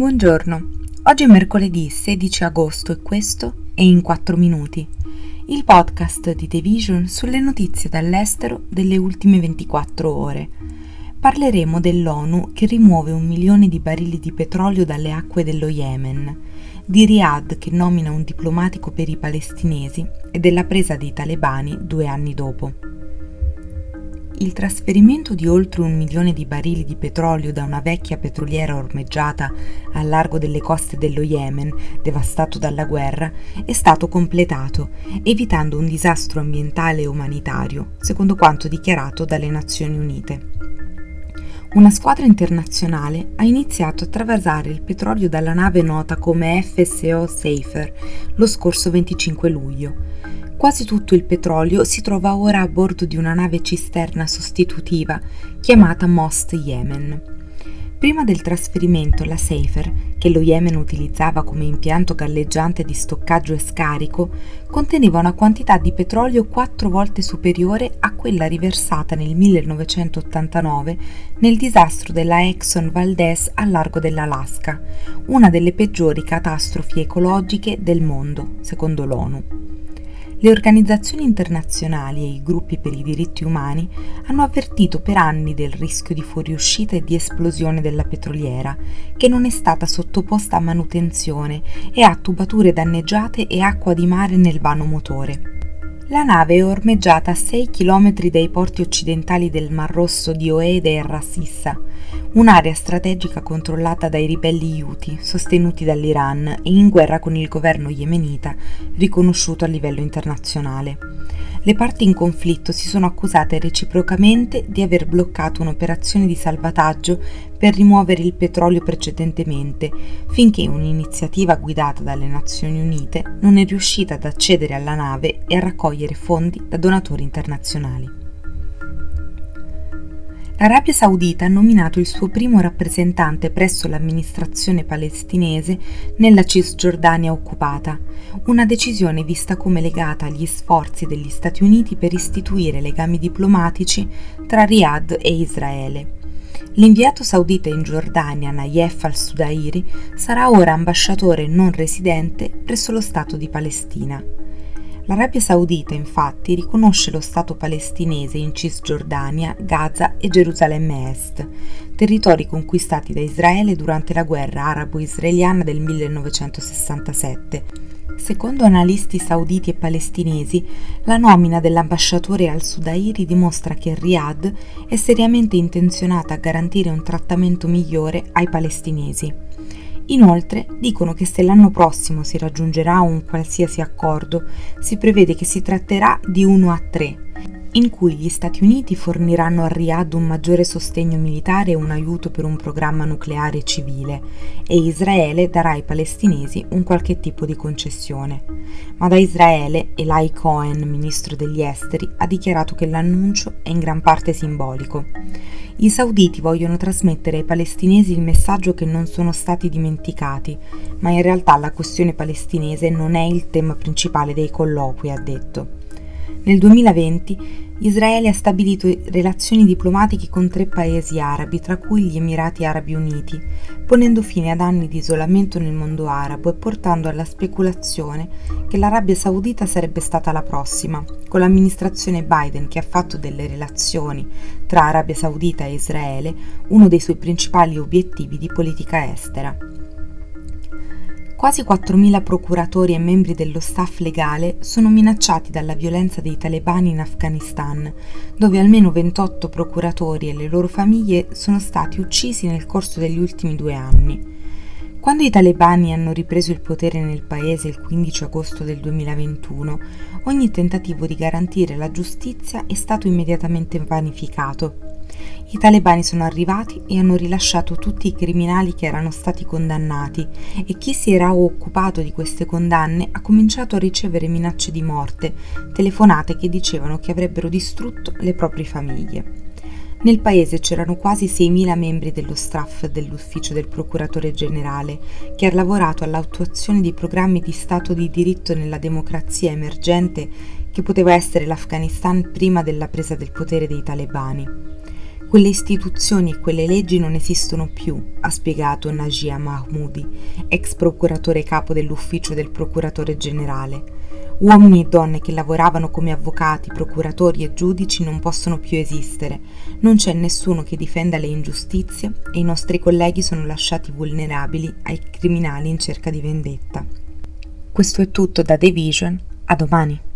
Buongiorno, oggi è mercoledì 16 agosto e questo è In 4 Minuti, il podcast di The Vision sulle notizie dall'estero delle ultime 24 ore. Parleremo dell'ONU che rimuove 1 milione di barili di petrolio dalle acque dello Yemen, di Riyadh che nomina un diplomatico per i palestinesi e della presa dei talebani 2 anni dopo. Il trasferimento di oltre 1 milione di barili di petrolio da una vecchia petroliera ormeggiata al largo delle coste dello Yemen, devastato dalla guerra, è stato completato, evitando un disastro ambientale e umanitario, secondo quanto dichiarato dalle Nazioni Unite. Una squadra internazionale ha iniziato a travasare il petrolio dalla nave nota come FSO Safer lo scorso 25 luglio. Quasi tutto il petrolio si trova ora a bordo di una nave cisterna sostitutiva chiamata Most Yemen. Prima del trasferimento, la Safer, che lo Yemen utilizzava come impianto galleggiante di stoccaggio e scarico, conteneva una quantità di petrolio 4 volte superiore a quella riversata nel 1989 nel disastro della Exxon Valdez al largo dell'Alaska, una delle peggiori catastrofi ecologiche del mondo, secondo l'ONU. Le organizzazioni internazionali e i gruppi per i diritti umani hanno avvertito per anni del rischio di fuoriuscita e di esplosione della petroliera, che non è stata sottoposta a manutenzione e ha tubature danneggiate e acqua di mare nel vano motore. La nave è ormeggiata a 6 km dai porti occidentali del Mar Rosso di Hodeida e Ras Issa, un'area strategica controllata dai ribelli Houthi, sostenuti dall'Iran e in guerra con il governo yemenita, riconosciuto a livello internazionale. Le parti in conflitto si sono accusate reciprocamente di aver bloccato un'operazione di salvataggio per rimuovere il petrolio precedentemente, finché un'iniziativa guidata dalle Nazioni Unite non è riuscita ad accedere alla nave e a raccogliere fondi da donatori internazionali. L'Arabia Saudita ha nominato il suo primo rappresentante presso l'amministrazione palestinese nella Cisgiordania occupata, una decisione vista come legata agli sforzi degli Stati Uniti per istituire legami diplomatici tra Riyadh e Israele. L'inviato saudita in Giordania, Nayef al-Sudairi, sarà ora ambasciatore non residente presso lo Stato di Palestina. L'Arabia Saudita, infatti, riconosce lo Stato palestinese in Cisgiordania, Gaza e Gerusalemme Est, territori conquistati da Israele durante la guerra arabo-israeliana del 1967. Secondo analisti sauditi e palestinesi, la nomina dell'ambasciatore al-Sudairi dimostra che Riyadh è seriamente intenzionata a garantire un trattamento migliore ai palestinesi. Inoltre, dicono che se l'anno prossimo si raggiungerà un qualsiasi accordo, si prevede che si tratterà di 1-3, in cui gli Stati Uniti forniranno a Riyadh un maggiore sostegno militare e un aiuto per un programma nucleare civile, e Israele darà ai palestinesi un qualche tipo di concessione. Ma da Israele, Eli Cohen, ministro degli esteri, ha dichiarato che l'annuncio è in gran parte simbolico. I sauditi vogliono trasmettere ai palestinesi il messaggio che non sono stati dimenticati, ma in realtà la questione palestinese non è il tema principale dei colloqui, ha detto. Nel 2020 Israele ha stabilito relazioni diplomatiche con 3 paesi arabi, tra cui gli Emirati Arabi Uniti, ponendo fine ad anni di isolamento nel mondo arabo e portando alla speculazione che l'Arabia Saudita sarebbe stata la prossima, con l'amministrazione Biden che ha fatto delle relazioni tra Arabia Saudita e Israele uno dei suoi principali obiettivi di politica estera. Quasi 4.000 procuratori e membri dello staff legale sono minacciati dalla violenza dei talebani in Afghanistan, dove almeno 28 procuratori e le loro famiglie sono stati uccisi nel corso degli ultimi 2 anni. Quando i talebani hanno ripreso il potere nel paese il 15 agosto del 2021, ogni tentativo di garantire la giustizia è stato immediatamente vanificato. I talebani sono arrivati e hanno rilasciato tutti i criminali che erano stati condannati e chi si era occupato di queste condanne ha cominciato a ricevere minacce di morte, telefonate che dicevano che avrebbero distrutto le proprie famiglie. Nel paese c'erano quasi 6.000 membri dello staff dell'ufficio del procuratore generale, che ha lavorato all'attuazione di programmi di Stato di diritto nella democrazia emergente che poteva essere l'Afghanistan prima della presa del potere dei talebani. Quelle istituzioni e quelle leggi non esistono più, ha spiegato Najia Mahmoudi, ex procuratore capo dell'ufficio del procuratore generale. Uomini e donne che lavoravano come avvocati, procuratori e giudici non possono più esistere. Non c'è nessuno che difenda le ingiustizie e i nostri colleghi sono lasciati vulnerabili ai criminali in cerca di vendetta. Questo è tutto da The Vision, a domani.